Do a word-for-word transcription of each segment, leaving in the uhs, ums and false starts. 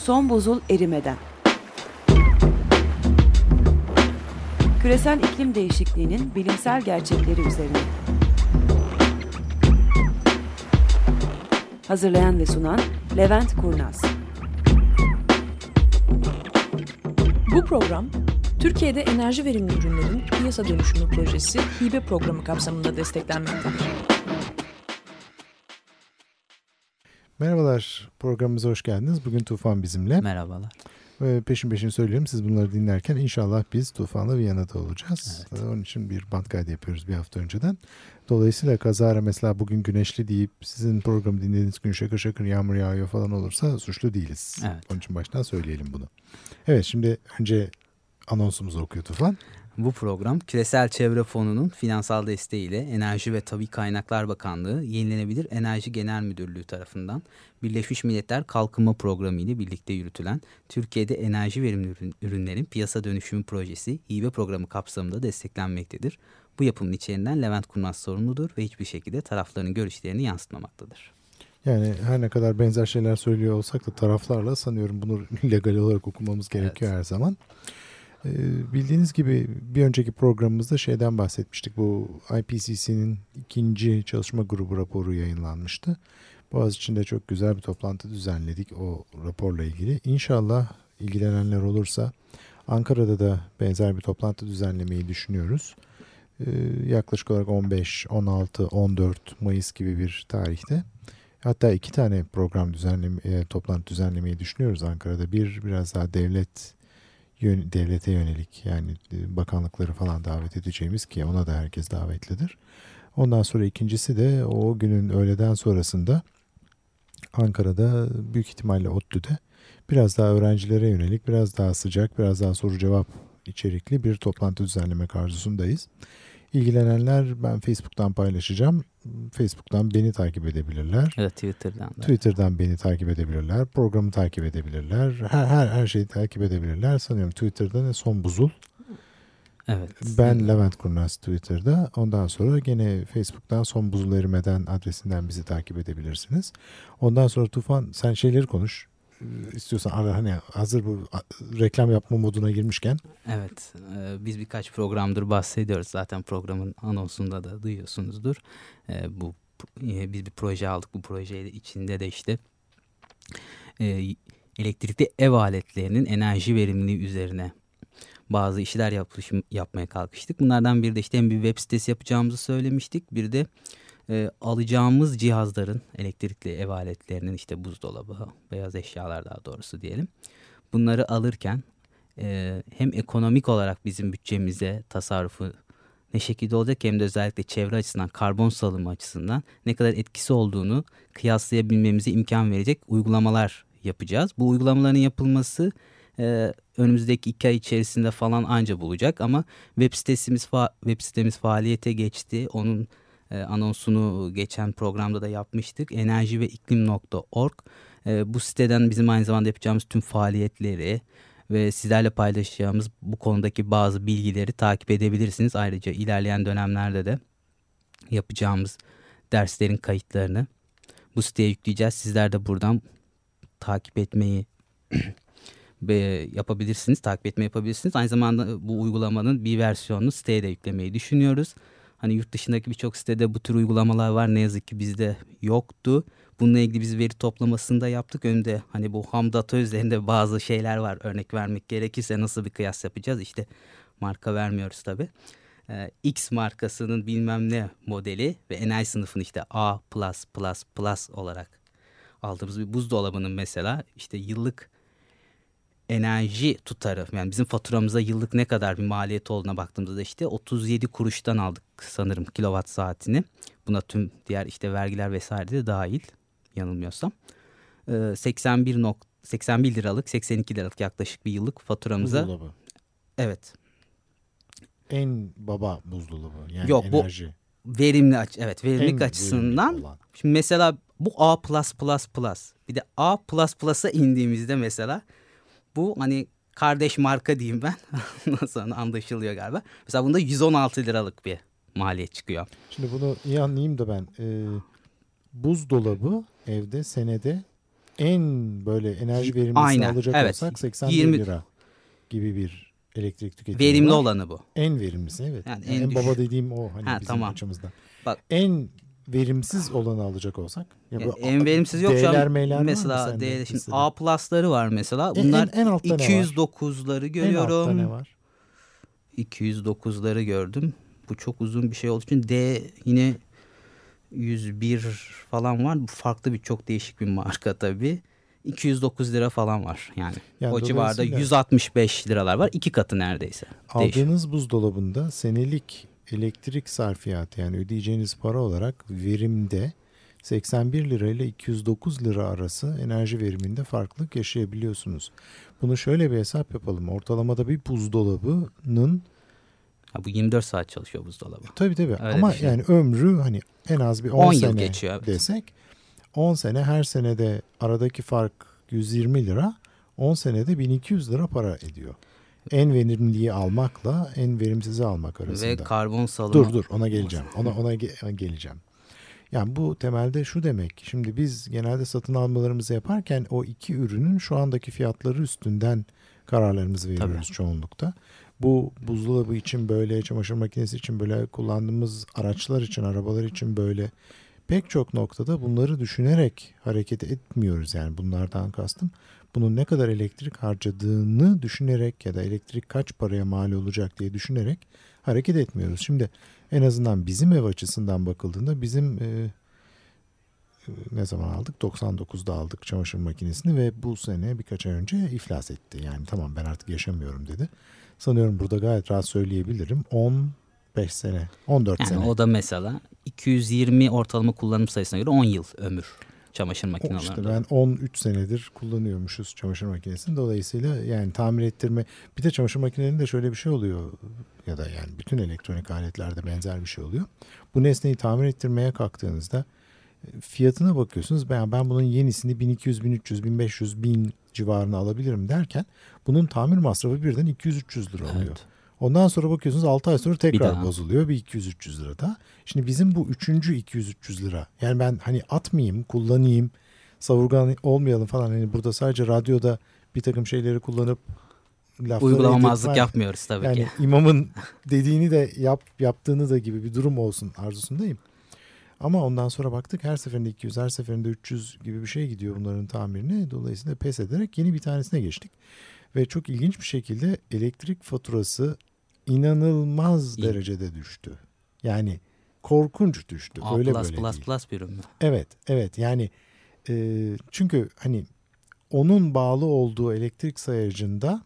Son buzul erimeden. Küresel iklim değişikliğinin bilimsel gerçekleri üzerine. Hazırlayan ve sunan Levent Kurnaz. Bu program, Türkiye'de enerji verimli ürünlerin piyasa dönüşümü projesi hibe programı kapsamında desteklenmektedir. Merhabalar, programımıza hoş geldiniz. Bugün Tufan bizimle. Merhabalar. Ve peşin peşin söylüyorum, siz bunları dinlerken inşallah biz Tufan'la Viyana'da olacağız. Evet. Onun için bir band kaydı yapıyoruz bir hafta önceden. Dolayısıyla kazara mesela bugün güneşli deyip sizin programı dinlediğiniz gün şakır şakır yağmur yağıyor falan olursa suçlu değiliz. Evet. Onun için baştan söyleyelim bunu. Evet, şimdi önce anonsumuzu okuyor Tufan. Bu program Küresel Çevre Fonu'nun finansal desteğiyle Enerji ve Tabii Kaynaklar Bakanlığı Yenilenebilir Enerji Genel Müdürlüğü tarafından Birleşmiş Milletler Kalkınma Programı ile birlikte yürütülen Türkiye'de enerji verimli ürünlerin piyasa dönüşümü projesi hibe programı kapsamında desteklenmektedir. Bu yapımın içeriğinden Levent Kurnaz sorumludur ve hiçbir şekilde tarafların görüşlerini yansıtmamaktadır. Yani her ne kadar benzer şeyler söylüyor olsak da taraflarla sanıyorum bunu legal olarak okumamız gerekiyor, evet, her zaman. Bildiğiniz gibi bir önceki programımızda şeyden bahsetmiştik. Bu I P C C'nin ikinci çalışma grubu raporu yayınlanmıştı. Boğaziçi'nde çok güzel bir toplantı düzenledik o raporla ilgili. İnşallah ilgilenenler olursa Ankara'da da benzer bir toplantı düzenlemeyi düşünüyoruz. Ee, yaklaşık olarak on beş, on altı, on dört Mayıs gibi bir tarihte. Hatta iki tane program düzenleme, toplantı düzenlemeyi düşünüyoruz Ankara'da. Bir biraz daha devlet devlete yönelik, yani bakanlıkları falan davet edeceğimiz, ki ona da herkes davetlidir. Ondan sonra ikincisi de o günün öğleden sonrasında Ankara'da büyük ihtimalle ODTÜ'de biraz daha öğrencilere yönelik, biraz daha sıcak, biraz daha soru cevap içerikli bir toplantı düzenlemek arzusundayız. İlgilenenler, ben Facebook'tan paylaşacağım. Facebook'tan beni takip edebilirler. Evet, Twitter'dan da. Twitter'dan beni takip edebilirler. Programı takip edebilirler. Her her her şeyi takip edebilirler. Sanıyorum Twitter'da ne Son Buzul. Evet. Ben Levent Kurnaz Twitter'da. Ondan sonra gene Facebook'tan Son Buzul Erimeden adresinden bizi takip edebilirsiniz. Ondan sonra Tufan, sen şeyleri konuş. İstiyorsan ara, hani hazır bu reklam yapma moduna girmişken. Evet, e, biz birkaç programdır bahsediyoruz. Zaten programın anonsunda da duyuyorsunuzdur. E, bu e, biz bir proje aldık. Bu projeyle içinde de işte e, elektrikli ev aletlerinin enerji verimliliği üzerine bazı işler yapış, yapmaya kalkıştık. Bunlardan biri de işte hem bir web sitesi yapacağımızı söylemiştik. Bir de e, alacağımız cihazların, elektrikli ev aletlerinin, işte buzdolabı, beyaz eşyalar daha doğrusu diyelim. Bunları alırken e, hem ekonomik olarak bizim bütçemize tasarrufu ne şekilde olacak, hem de özellikle çevre açısından, karbon salımı açısından ne kadar etkisi olduğunu kıyaslayabilmemize imkan verecek uygulamalar yapacağız. Bu uygulamaların yapılması Ee, önümüzdeki iki ay içerisinde falan anca bulacak, ama web sitemiz fa- web sitemiz faaliyete geçti. Onun e, anonsunu geçen programda da yapmıştık. enerji ve iklim nokta org. Ee, bu siteden bizim aynı zamanda yapacağımız tüm faaliyetleri ve sizlerle paylaşacağımız bu konudaki bazı bilgileri takip edebilirsiniz. Ayrıca ilerleyen dönemlerde de yapacağımız derslerin kayıtlarını bu siteye yükleyeceğiz. Sizler de buradan takip etmeyi yapabilirsiniz, takip etme yapabilirsiniz. Aynı zamanda bu uygulamanın bir versiyonunu siteye de yüklemeyi düşünüyoruz. Hani yurt dışındaki birçok sitede bu tür uygulamalar var. Ne yazık ki bizde yoktu. Bununla ilgili biz veri toplamasını da yaptık. Önde hani bu ham data üzerinde bazı şeyler var. Örnek vermek gerekirse nasıl bir kıyas yapacağız? İşte marka vermiyoruz tabii. Ee, X markasının bilmem ne modeli ve enerji sınıfını işte A plus plus plus olarak aldığımız bir buzdolabının mesela işte yıllık enerji tutarı, yani bizim faturamıza yıllık ne kadar bir maliyet olduğuna baktığımızda işte otuz yedi kuruştan aldık sanırım kilowatt saatini. Buna tüm diğer işte vergiler vesaire de dahil yanılmıyorsam. Ee, seksen bir, seksen bir liralık seksen iki liralık yaklaşık bir yıllık faturamıza. Buzdolabı. Evet. En baba buzdolabı yani. Yok, enerji. Bu verimli aç evet verimlilik en açısından. Verimli şimdi mesela bu A plus plus plus, bir de A plus plus'a indiğimizde mesela bu hani kardeş marka diyeyim ben. Nasıl anlaşılıyor galiba. Mesela bunda yüz on altı liralık bir maliyet çıkıyor. Şimdi bunu iyi anlayayım da ben. Ee, buzdolabı evde senede en böyle enerji verimlisini Aynen, alacak evet. olsak seksen bir yirmi lira gibi bir elektrik tüketimi verimli var. olanı bu. En verimlisi evet. Yani Yani en en düşük. baba dediğim o hani Ha, bizim tamam. açımızdan. Bak. En verimsiz olanı alacak olsak. Ya E, bu en verimsiz yok şu D'ler, an. M'ler var mı Mesela sende D'de şimdi listede? A plus'ları var mesela. En- Bunlar en- en altta ne var? iki yüz dokuzları görüyorum. En altta ne var? iki yüz dokuzları gördüm. Bu çok uzun bir şey olduğu için D yine yüz bir falan var. Bu farklı bir çok değişik bir marka tabii. iki yüz dokuz lira falan var yani. Yani o civarda dolayısıyla yüz altmış beş liralar var. İki katı neredeyse. aldığınız Değişik. buzdolabında senelik elektrik sarfiyatı yani ödeyeceğiniz para olarak verimde seksen bir lira ile iki yüz dokuz lira arası enerji veriminde farklılık yaşayabiliyorsunuz. Bunu şöyle bir hesap yapalım. Ortalamada bir buzdolabının Ha, bu yirmi dört saat çalışıyor buzdolabı. tabii tabii Öyle ama bir şey. yani ömrü hani en az bir on, on yıl sene geçiyor, evet. desek on sene her senede aradaki fark yüz yirmi lira on senede bin iki yüz lira para ediyor. En verimliyi almakla en verimsizi almak arasında. Ve karbon salımı. Dur dur ona geleceğim. Ona ona ge- geleceğim. Yani bu temelde şu demek. Şimdi biz genelde satın almalarımızı yaparken o iki ürünün şu andaki fiyatları üstünden kararlarımızı veriyoruz Tabii. çoğunlukta. Bu buzdolabı için böyle, çamaşır makinesi için böyle, kullandığımız araçlar için, arabalar için böyle pek çok noktada bunları düşünerek hareket etmiyoruz. Yani bunlardan kastım bunun ne kadar elektrik harcadığını düşünerek ya da elektrik kaç paraya mal olacak diye düşünerek hareket etmiyoruz. Şimdi en azından bizim ev açısından bakıldığında bizim e, ne zaman aldık? doksan dokuzda aldık çamaşır makinesini ve bu sene birkaç ay önce iflas etti. Yani tamam ben artık yaşamıyorum dedi. Sanıyorum burada gayet rahat söyleyebilirim. on beş sene, on dört Yani sene. o da mesela iki yüz yirmi ortalama kullanım sayısına göre on yıl ömür çamaşır O makinelerinde. İşte ben on üç senedir kullanıyormuşuz çamaşır makinesini. Dolayısıyla yani tamir ettirme, bir de çamaşır makinelerinde şöyle bir şey oluyor ya da yani bütün elektronik aletlerde benzer bir şey oluyor. Bu nesneyi tamir ettirmeye kalktığınızda fiyatına bakıyorsunuz. Ben ben bunun yenisini bin iki yüz, bin üç yüz, bin beş yüz, bin civarına alabilirim derken bunun tamir masrafı birden iki yüz üç yüz lira oluyor. Evet. Ondan sonra bakıyorsunuz altı ay sonra tekrar daha. bozuluyor. Bir iki yüz üç yüz lira da. Şimdi bizim bu üçüncü iki yüz üç yüz lira. Yani ben hani atmayayım, kullanayım, savurgan olmayalım falan. Hani burada sadece radyoda bir takım şeyleri kullanıp lafları Uygulamamazlık edip- yapmıyoruz tabii yani ki. imamın dediğini de yap, yaptığını da gibi bir durum olsun arzusundayım. Ama ondan sonra baktık her seferinde iki yüz, her seferinde üç yüz gibi bir şey gidiyor bunların tamirine. Dolayısıyla pes ederek yeni bir tanesine geçtik. Ve çok ilginç bir şekilde elektrik faturası inanılmaz İyi. derecede düştü. Yani korkunç düştü. A Öyle plus böyle plus değil. plus bir ürün mü? Evet, evet. Yani e, çünkü hani onun bağlı olduğu elektrik sayacında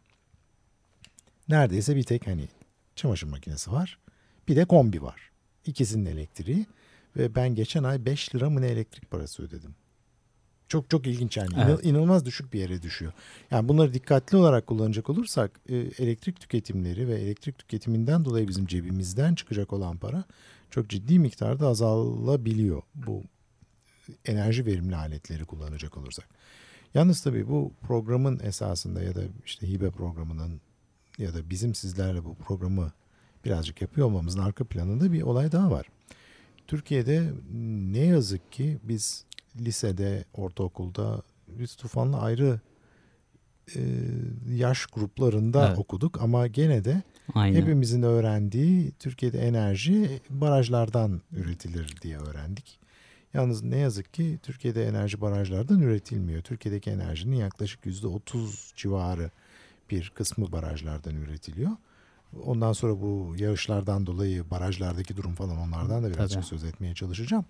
neredeyse bir tek hani çamaşır makinesi var. Bir de kombi var. İkisinin elektriği ve ben geçen ay beş lira mı ne elektrik parası ödedim. Çok çok ilginç yani. İnan- Evet. İnanılmaz düşük bir yere düşüyor. Yani bunları dikkatli olarak kullanacak olursak e, elektrik tüketimleri ve elektrik tüketiminden dolayı bizim cebimizden çıkacak olan para çok ciddi miktarda azalabiliyor bu enerji verimli aletleri kullanacak olursak. Yalnız tabii bu programın esasında ya da işte hibe programının ya da bizim sizlerle bu programı birazcık yapıyor olmamızın arka planında bir olay daha var. Türkiye'de ne yazık ki biz lisede, ortaokulda biz Tufan'la ayrı e, yaş gruplarında Evet. okuduk ama gene de Aynen. hepimizin öğrendiği Türkiye'de enerji barajlardan üretilir diye öğrendik. Yalnız ne yazık ki Türkiye'de enerji barajlardan üretilmiyor. Türkiye'deki enerjinin yaklaşık yüzde otuz civarı bir kısmı barajlardan üretiliyor. Ondan sonra bu yağışlardan dolayı barajlardaki durum falan onlardan da birazcık Tabii. söz etmeye çalışacağım.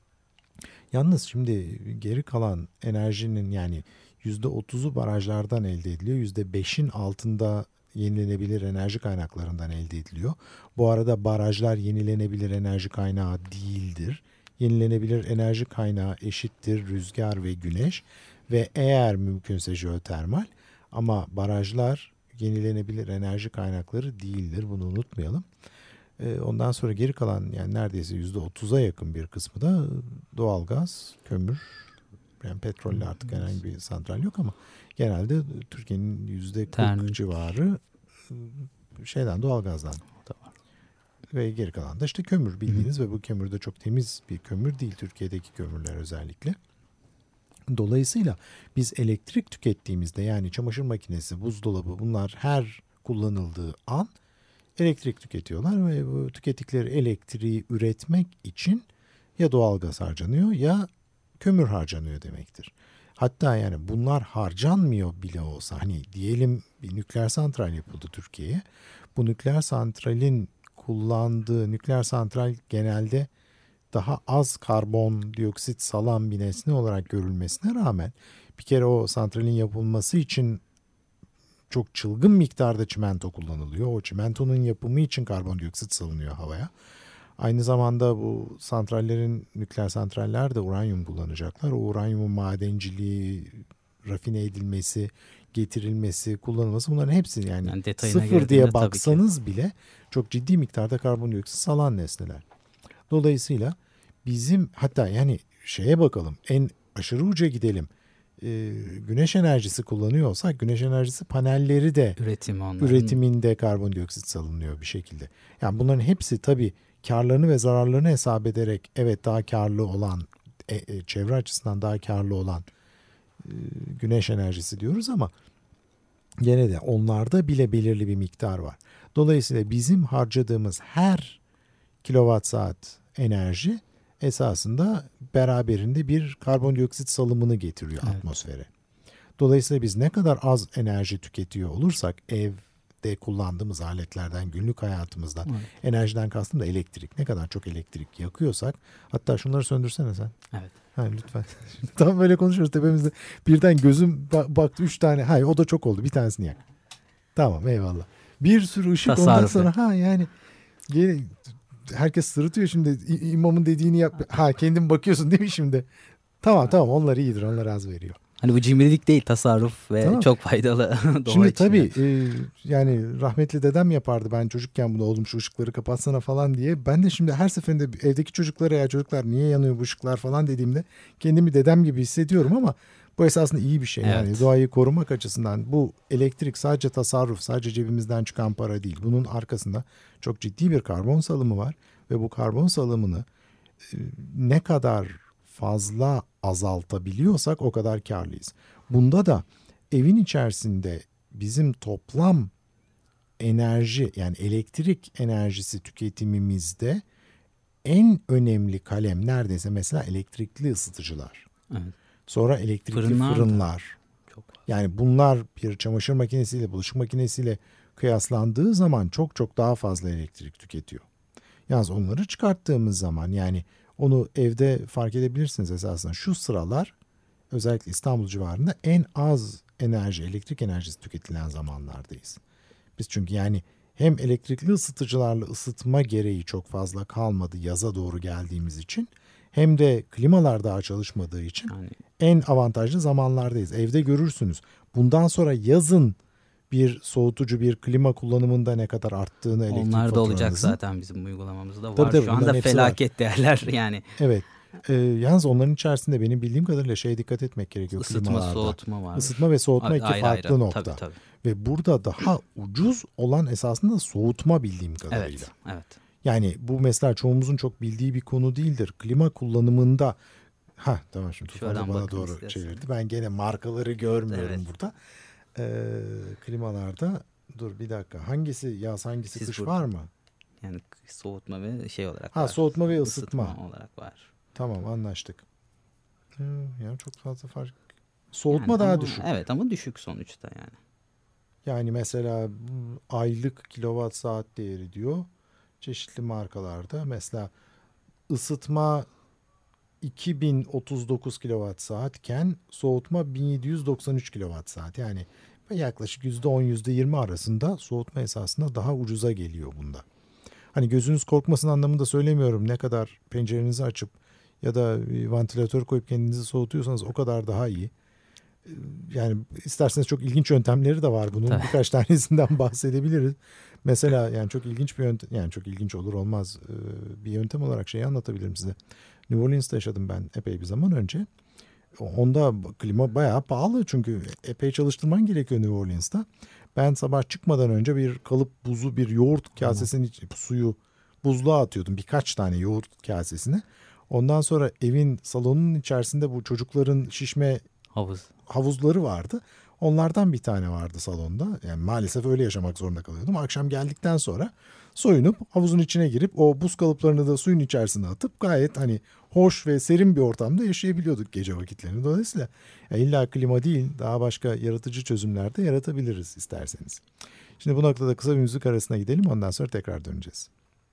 Yalnız şimdi geri kalan enerjinin yani yüzde otuzu barajlardan elde ediliyor. yüzde beşin altında yenilenebilir enerji kaynaklarından elde ediliyor. Bu arada barajlar yenilenebilir enerji kaynağı değildir. Yenilenebilir enerji kaynağı eşittir rüzgar ve güneş ve eğer mümkünse jeotermal. Ama barajlar yenilenebilir enerji kaynakları değildir. Bunu unutmayalım. Ondan sonra geri kalan yani neredeyse yüzde otuza yakın bir kısmı da doğalgaz, kömür, yani petrolle artık herhangi bir santral yok ama genelde Türkiye'nin yüzde kırk Termik. civarı şeyden doğalgazdan. Tamam. Ve geri kalan da işte kömür bildiğiniz ve bu kömür de çok temiz bir kömür değil Türkiye'deki kömürler özellikle. Dolayısıyla biz elektrik tükettiğimizde, yani çamaşır makinesi, buzdolabı, bunlar her kullanıldığı an elektrik tüketiyorlar ve bu tükettikleri elektriği üretmek için ya doğalgaz harcanıyor ya kömür harcanıyor demektir. Hatta yani bunlar harcanmıyor bile olsa, hani diyelim bir nükleer santral yapıldı Türkiye'ye. Bu nükleer santralin kullandığı, nükleer santral genelde daha az karbondioksit salan bir nesne olarak görülmesine rağmen bir kere o santralin yapılması için çok çılgın miktarda çimento kullanılıyor. O çimentonun yapımı için karbondioksit salınıyor havaya. Aynı zamanda bu santrallerin, nükleer santraller de uranyum kullanacaklar. O uranyumun madenciliği, rafine edilmesi, getirilmesi, kullanılması, bunların hepsi yani, yani sıfır diye baksanız bile çok ciddi miktarda karbondioksit salan nesneler. Dolayısıyla bizim, hatta yani şeye bakalım, en aşırı uca gidelim. Ee, güneş enerjisi kullanıyorsak güneş enerjisi panelleri de Üretim üretiminde karbondioksit salınıyor bir şekilde. Yani bunların hepsi tabii karlarını ve zararlarını hesap ederek evet daha karlı olan, e, e, çevre açısından daha karlı olan e, güneş enerjisi diyoruz ama gene de onlarda bile belirli bir miktar var. Dolayısıyla bizim harcadığımız her kilowatt saat enerji esasında beraberinde bir karbondioksit salımını getiriyor evet. atmosfere. Dolayısıyla biz ne kadar az enerji tüketiyor olursak, evde kullandığımız aletlerden, günlük hayatımızdan, evet. enerjiden kastım da elektrik. Ne kadar çok elektrik yakıyorsak, hatta şunları söndürsene sen. Evet. Ha, lütfen. Tam böyle konuşuyoruz tepemizde. Birden gözüm baktı üç tane. Hayır, o da çok oldu. Bir tanesini yak. Tamam, eyvallah. Bir sürü ışık Tasarrufu. Ondan sonra ha yani geri, herkes sırıtıyor şimdi, imamın dediğini yap. Ha, kendin bakıyorsun değil mi şimdi? Tamam tamam, onlar iyidir, onlar az veriyor. Hani bu cimrilik değil, tasarruf ve tamam. çok faydalı. Şimdi tabii e, yani rahmetli dedem yapardı, ben çocukken bunu, oğlum şu ışıkları kapatsana falan diye. Ben de şimdi her seferinde evdeki çocuklara, ya çocuklar niye yanıyor bu ışıklar falan dediğimde kendimi dedem gibi hissediyorum ama bu esasında iyi bir şey. Evet. Yani doğayı korumak açısından bu elektrik sadece tasarruf, sadece cebimizden çıkan para değil. Bunun arkasında çok ciddi bir karbon salımı var ve bu karbon salımını e, ne kadar fazla azaltabiliyorsak o kadar karlıyız. Bunda da evin içerisinde bizim toplam enerji, yani elektrik enerjisi tüketimimizde en önemli kalem neredeyse mesela elektrikli ısıtıcılar. Evet. Sonra elektrikli fırınlar. fırınlar. Çok. Yani bunlar bir çamaşır makinesiyle, bulaşık makinesiyle kıyaslandığı zaman çok çok daha fazla elektrik tüketiyor. Yalnız onları çıkarttığımız zaman, yani onu evde fark edebilirsiniz esasında. Şu sıralar özellikle İstanbul civarında en az enerji, elektrik enerjisi tüketilen zamanlardayız. Biz çünkü yani hem elektrikli ısıtıcılarla ısıtma gereği çok fazla kalmadı yaza doğru geldiğimiz için, hem de klimalar daha çalışmadığı için yani en avantajlı zamanlardayız. Evde görürsünüz. Bundan sonra yazın bir soğutucu, bir klima kullanımında ne kadar arttığını, elektrik faturanızın. Onlar da olacak zaten bizim uygulamamızda var. Tabii, tabii, şu anda felaket var. Değerler yani. Evet. Ee, yalnız onların içerisinde benim bildiğim kadarıyla şeye dikkat etmek gerekiyor. Isıtma, klimalarda. soğutma var. Isıtma ve soğutma ayrı, iki farklı ayrı. nokta. Tabii, tabii. Ve burada daha ucuz olan esasında soğutma bildiğim kadarıyla. Evet, evet. Yani bu mesela çoğumuzun çok bildiği bir konu değildir. Klima kullanımında, ha tamam şimdi Tufan da bana doğru istersen. çevirdi. Ben gene markaları görmüyorum evet. burada. Ee, klimalarda dur bir dakika, hangisi yaz hangisi Siz kış burada, var mı? Yani soğutma ve şey olarak ha, var. Soğutma ve ısıtma. ısıtma olarak var. Tamam, anlaştık. Ee, yani çok fazla fark. Soğutma yani daha ama, düşük. Evet ama düşük sonuçta yani. Yani mesela aylık kilowatt saat değeri diyor çeşitli markalarda. Mesela ısıtma iki bin otuz dokuz kilowatt saatken soğutma bin yedi yüz doksan üç kilowatt saat. Yani yaklaşık yüzde on yüzde yirmi arasında soğutma esasında daha ucuza geliyor bunda. Hani gözünüz korkmasın anlamında söylemiyorum. Ne kadar pencerenizi açıp ya da bir vantilatör koyup kendinizi soğutuyorsanız o kadar daha iyi. Yani isterseniz çok ilginç yöntemleri de var bunun. Tabii. Birkaç tanesinden bahsedebiliriz. Mesela yani çok ilginç bir yöntem, yani çok ilginç olur olmaz bir yöntem olarak şeyi anlatabilirim size. New Orleans'ta yaşadım ben epey bir zaman önce. Onda klima bayağı pahalı çünkü epey çalıştırman gerekiyor New Orleans'ta. Ben sabah çıkmadan önce bir kalıp buzu, bir yoğurt kasesinin içine suyu buzluğa atıyordum. Birkaç tane yoğurt kasesine. Ondan sonra evin salonunun içerisinde bu çocukların şişme Havuz. havuzları vardı. Onlardan bir tane vardı salonda. Yani maalesef öyle yaşamak zorunda kalıyordum. Akşam geldikten sonra soyunup havuzun içine girip o buz kalıplarını da suyun içerisine atıp gayet hani hoş ve serin bir ortamda yaşayabiliyorduk gece vakitlerini. Dolayısıyla yani illa klima değil, daha başka yaratıcı çözümler de yaratabiliriz isterseniz. Şimdi bu noktada kısa bir müzik arasına gidelim, ondan sonra tekrar döneceğiz.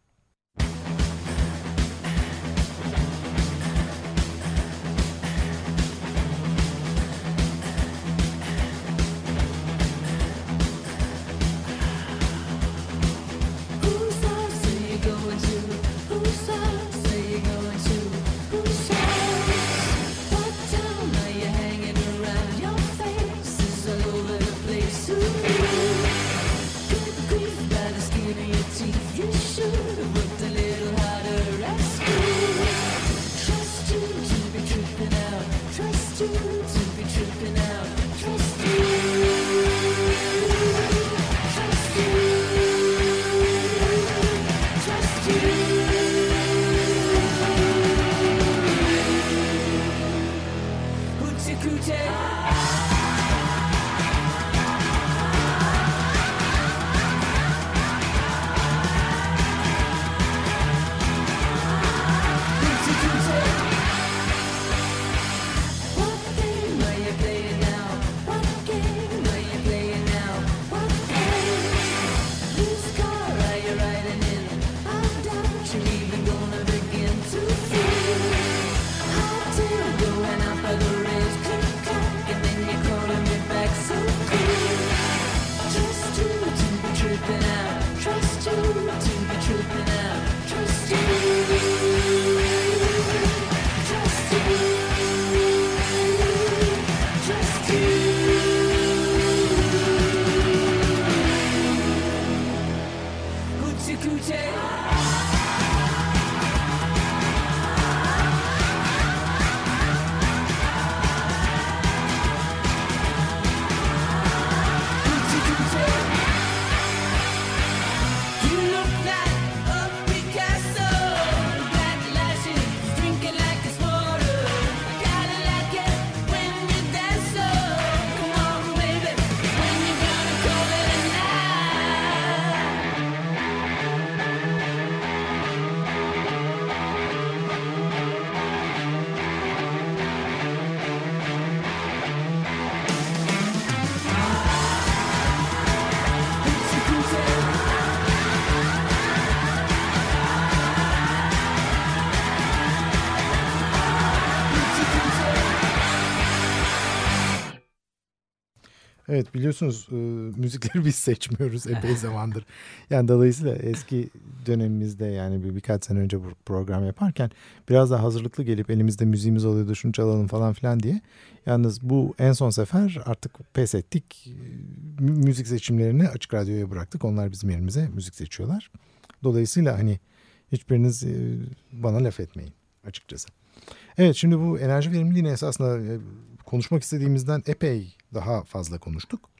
Evet, biliyorsunuz e, müzikleri biz seçmiyoruz epey zamandır. Yani dolayısıyla eski dönemimizde, yani bir birkaç sene önce bu program yaparken biraz daha hazırlıklı gelip elimizde müziğimiz oluyordu, şunu çalalım falan filan diye. Yalnız bu en son sefer artık pes ettik. M- müzik seçimlerini Açık Radyo'ya bıraktık. Onlar bizim yerimize müzik seçiyorlar. Dolayısıyla hani hiçbiriniz e, bana laf etmeyin açıkçası. Evet, şimdi bu enerji verimliliğini esasında e, konuşmak istediğimizden epey daha fazla konuştuk.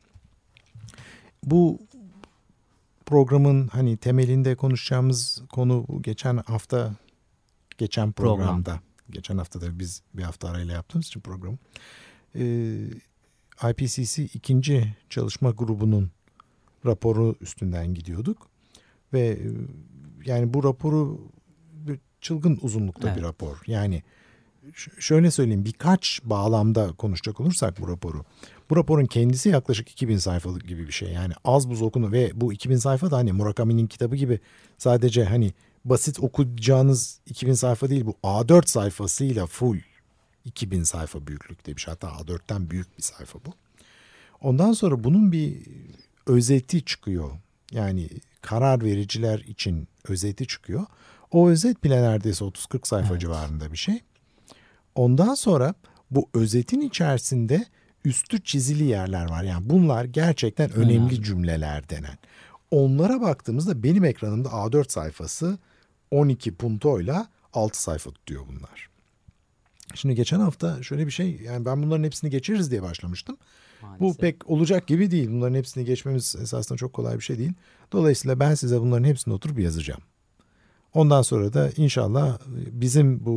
Bu programın hani temelinde konuşacağımız konu geçen hafta, geçen programda, Program. geçen hafta da biz bir hafta arayla yaptığımız için programı. Ee, I P C C ikinci çalışma grubunun raporu üstünden gidiyorduk. Ve yani bu raporu çılgın uzunlukta evet. bir rapor. Yani şöyle söyleyeyim, birkaç bağlamda konuşacak olursak bu raporu. Bu raporun kendisi yaklaşık iki bin sayfalık gibi bir şey. Yani az buz okunu ve bu iki bin sayfa da hani Murakami'nin kitabı gibi sadece hani basit okuyacağınız iki bin sayfa değil, bu A dört sayfasıyla full iki bin sayfa büyüklükte bir şey. Hatta A dörtten büyük bir sayfa bu. Ondan sonra bunun bir özeti çıkıyor. Yani karar vericiler için özeti çıkıyor. O özet bile neredeyse otuz kırk sayfa evet. civarında bir şey. Ondan sonra bu özetin içerisinde üstü çizili yerler var. Yani bunlar gerçekten önemli, önemli cümleler denen. Onlara baktığımızda benim ekranımda A dört sayfası on iki puntoyla altı sayfa tutuyor bunlar. Şimdi geçen hafta şöyle bir şey, yani ben bunların hepsini geçeriz diye başlamıştım. Maalesef. Bu pek olacak gibi değil. Bunların hepsini geçmemiz esasında çok kolay bir şey değil. Dolayısıyla ben size bunların hepsini oturup yazacağım. Ondan sonra da inşallah bizim bu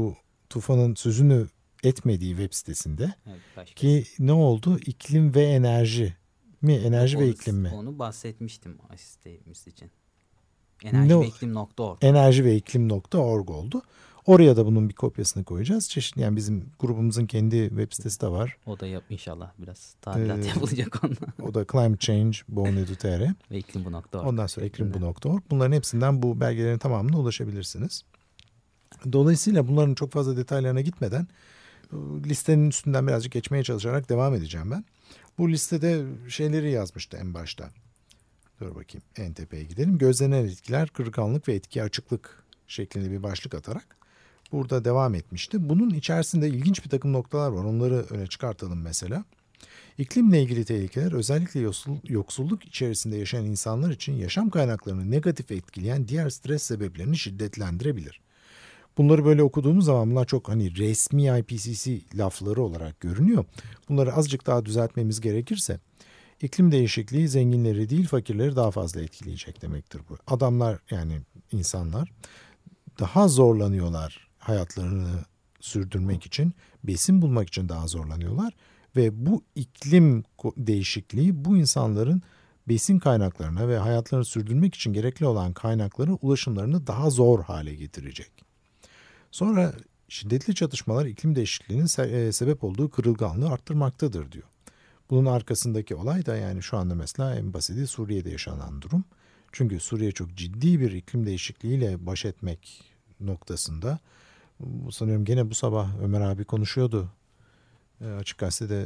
Tufan'ın sözünü etmediği web sitesinde Evet, başka. ki ne oldu? İklim ve enerji mi? Enerji onu, ve iklim mi? Onu bahsetmiştim sitemiz için. enerji Ne, ve iklim nokta org. enerji ve iklim nokta org oldu. Oraya da bunun bir kopyasını koyacağız. Çeşitli, yani bizim grubumuzun kendi web sitesi de var. O da yap inşallah biraz tadilat Ee, yapılacak onunla. O da climate change dot bo nokta tr. Ve iklim bu nokta org. Ondan sonra iklim bu nokta org. Bunların hepsinden bu belgelerin tamamına ulaşabilirsiniz. Dolayısıyla bunların çok fazla detaylarına gitmeden listenin üstünden birazcık geçmeye çalışarak devam edeceğim ben. Bu listede şeyleri yazmıştı en başta. Dur bakayım, en tepeye gidelim. Gözlenen etkiler, kırılganlık ve etki açıklık şeklinde bir başlık atarak burada devam etmişti. Bunun içerisinde ilginç bir takım noktalar var. Onları öne çıkartalım mesela. İklimle ilgili tehlikeler özellikle yoksulluk içerisinde yaşayan insanlar için yaşam kaynaklarını negatif etkileyen diğer stres sebeplerini şiddetlendirebilir. Bunları böyle okuduğumuz zaman bunlar çok hani resmi I P C C lafları olarak görünüyor. Bunları azıcık daha düzeltmemiz gerekirse iklim değişikliği zenginleri değil fakirleri daha fazla etkileyecek demektir bu. Adamlar, yani insanlar daha zorlanıyorlar hayatlarını sürdürmek için, besin bulmak için daha zorlanıyorlar ve bu iklim değişikliği bu insanların besin kaynaklarına ve hayatlarını sürdürmek için gerekli olan kaynakların ulaşımlarını daha zor hale getirecek. Sonra şiddetli çatışmalar iklim değişikliğinin se- sebep olduğu kırılganlığı arttırmaktadır diyor. Bunun arkasındaki olay da yani şu anda mesela en basiti Suriye'de yaşanan durum. Çünkü Suriye çok ciddi bir iklim değişikliğiyle baş etmek noktasında. Sanıyorum gene bu sabah Ömer abi konuşuyordu. E, açık gazetede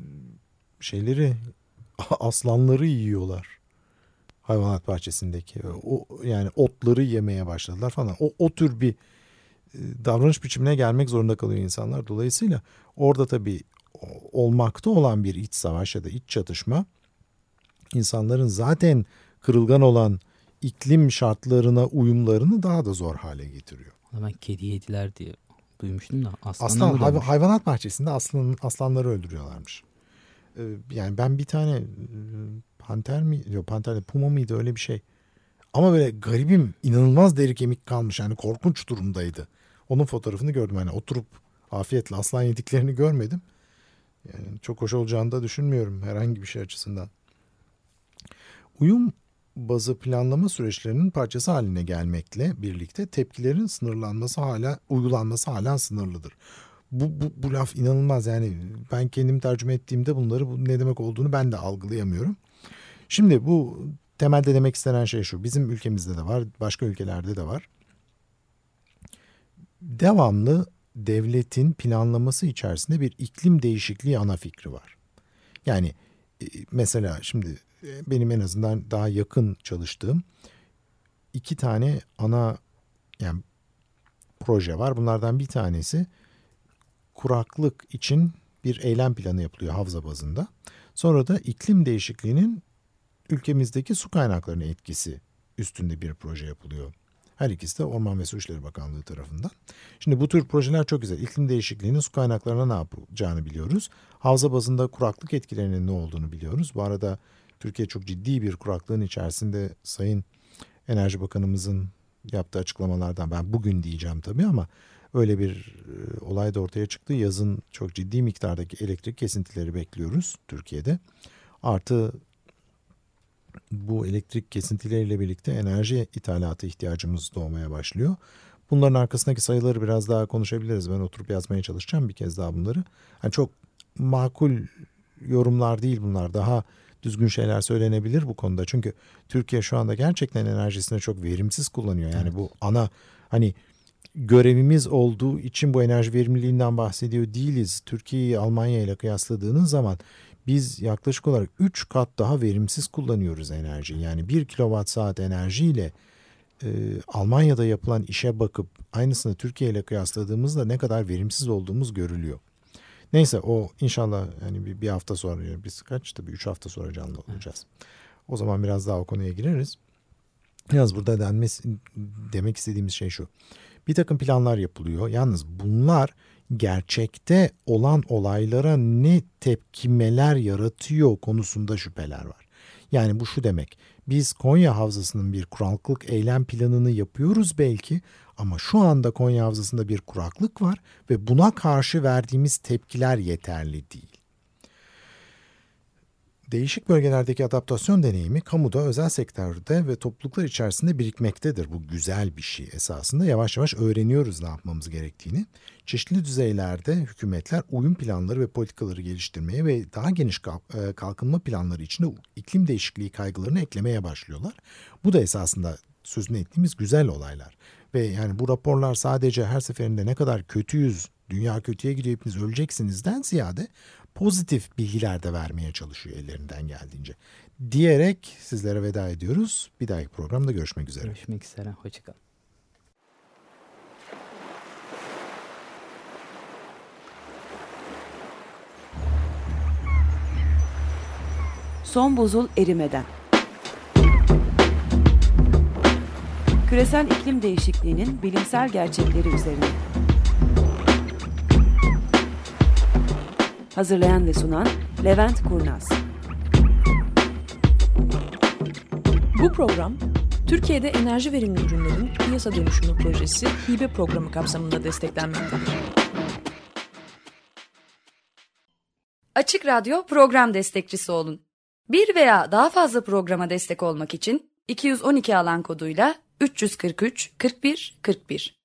şeyleri, aslanları yiyorlar. Hayvanat bahçesindeki. O, yani otları yemeye başladılar falan. O, o tür bir davranış biçimine gelmek zorunda kalıyor insanlar. Dolayısıyla orada tabii olmakta olan bir iç savaş ya da iç çatışma insanların zaten kırılgan olan iklim şartlarına uyumlarını daha da zor hale getiriyor. Ben kedi yediler diye duymuştum da aslan, Aslan hayv- hayvanat bahçesinde aslan aslanları öldürüyorlarmış. Ee, yani ben bir tane panter mi yok panter puma mıydı öyle bir şey. Ama böyle garibim, inanılmaz deri kemik kalmış, yani korkunç durumdaydı. Onun fotoğrafını gördüm, hani oturup afiyetle aslan yediklerini görmedim. Yani çok hoş olacağını da düşünmüyorum herhangi bir şey açısından. Uyum bazı planlama süreçlerinin parçası haline gelmekle birlikte tepkilerin sınırlanması hala, uygulanması hala sınırlıdır. Bu, bu, bu laf inanılmaz, yani ben kendim tercüme ettiğimde bunları bu ne demek olduğunu ben de algılayamıyorum. Şimdi bu temelde demek istenen şey şu, bizim ülkemizde de var, başka ülkelerde de var. Devamlı devletin planlaması içerisinde bir iklim değişikliği ana fikri var. Yani mesela şimdi benim en azından daha yakın çalıştığım iki tane ana yani proje var. Bunlardan bir tanesi kuraklık için bir eylem planı yapılıyor havza bazında. Sonra da iklim değişikliğinin ülkemizdeki su kaynaklarına etkisi üstünde bir proje yapılıyor. Her ikisi de Orman ve Su İşleri Bakanlığı tarafından. Şimdi bu tür projeler çok güzel. İklim değişikliğinin su kaynaklarına ne yapacağını biliyoruz. Havza bazında kuraklık etkilerinin ne olduğunu biliyoruz. Bu arada Türkiye çok ciddi bir kuraklığın içerisinde. Sayın Enerji Bakanımızın yaptığı açıklamalardan, ben bugün diyeceğim tabii ama öyle bir olay da ortaya çıktı. Yazın çok ciddi miktardaki elektrik kesintileri bekliyoruz Türkiye'de. Artı bu elektrik kesintileriyle birlikte enerji ithalatı ihtiyacımız doğmaya başlıyor. Bunların arkasındaki sayıları biraz daha konuşabiliriz. Ben oturup yazmaya çalışacağım bir kez daha bunları. Yani çok makul yorumlar değil bunlar. Daha düzgün şeyler söylenebilir bu konuda. Çünkü Türkiye şu anda gerçekten enerjisini çok verimsiz kullanıyor. Yani evet. Bu ana hani görevimiz olduğu için bu enerji verimliliğinden bahsediyor değiliz. Türkiye'yi Almanya ile kıyasladığınız zaman biz yaklaşık olarak üç kat daha verimsiz kullanıyoruz enerjiyi. Yani bir kilowatt saat enerjiyle e, Almanya'da yapılan işe bakıp aynısını Türkiye ile kıyasladığımızda ne kadar verimsiz olduğumuz görülüyor. Neyse o inşallah yani bir, bir hafta sonra, biz kaç tabii üç hafta sonra canlı olacağız. O zaman biraz daha o konuya gireriz. Yalnız burada denmesi, demek istediğimiz şey şu. Bir takım planlar yapılıyor. Yalnız bunlar gerçekte olan olaylara ne tepkimeler yaratıyor konusunda şüpheler var. Yani bu şu demek, biz Konya Havzası'nın bir kuraklık eylem planını yapıyoruz belki ama şu anda Konya Havzası'nda bir kuraklık var ve buna karşı verdiğimiz tepkiler yeterli değil. Değişik bölgelerdeki adaptasyon deneyimi kamuda, özel sektörde ve topluluklar içerisinde birikmektedir. Bu güzel bir şey esasında. Yavaş yavaş öğreniyoruz ne yapmamız gerektiğini. Çeşitli düzeylerde hükümetler uyum planları ve politikaları geliştirmeye ve daha geniş kalkınma planları içinde iklim değişikliği kaygılarını eklemeye başlıyorlar. Bu da esasında sözünü ettiğimiz güzel olaylar. Ve yani bu raporlar sadece her seferinde ne kadar kötüyüz, dünya kötüye gidiyor, hepiniz öleceksinizden ziyade pozitif bilgiler de vermeye çalışıyor ellerinden geldiğince. Diyerek sizlere veda ediyoruz. Bir dahaki programda görüşmek üzere. Görüşmek üzere. Hoşçakalın. Son buzul erimeden. Küresel iklim değişikliğinin bilimsel gerçekleri üzerine. Hazırlayan ve sunan Levent Kurnaz. Bu program, Türkiye'de enerji verimli ürünlerin piyasa dönüşümü projesi hibe programı kapsamında desteklenmektedir. Açık Radyo program destekçisi olun. Bir veya daha fazla programa destek olmak için iki yüz on iki alan koduyla üç yüz kırk üç kırk bir kırk bir